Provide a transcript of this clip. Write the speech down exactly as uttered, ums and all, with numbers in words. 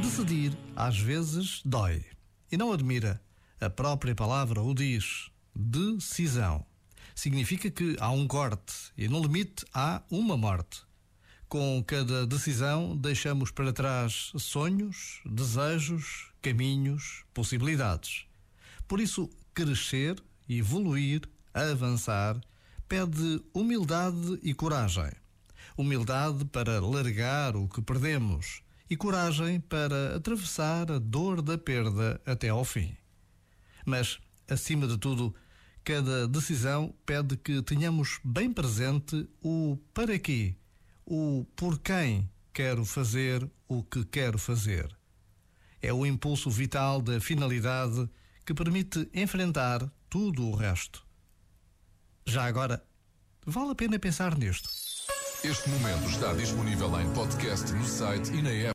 Decidir, às vezes, dói. E não admira. A própria palavra o diz. Decisão. Significa que há um corte e, no limite, há uma morte. Com cada decisão, deixamos para trás sonhos, desejos, caminhos, possibilidades. Por isso, crescer, evoluir, avançar, pede humildade e coragem. Humildade para largar o que perdemos e coragem para atravessar a dor da perda até ao fim. Mas, acima de tudo, cada decisão pede que tenhamos bem presente o para quê, o por quem quero fazer o que quero fazer. É o impulso vital da finalidade que permite enfrentar tudo o resto. Já agora, vale a pena pensar nisto. Este momento está disponível em podcast no site e na app.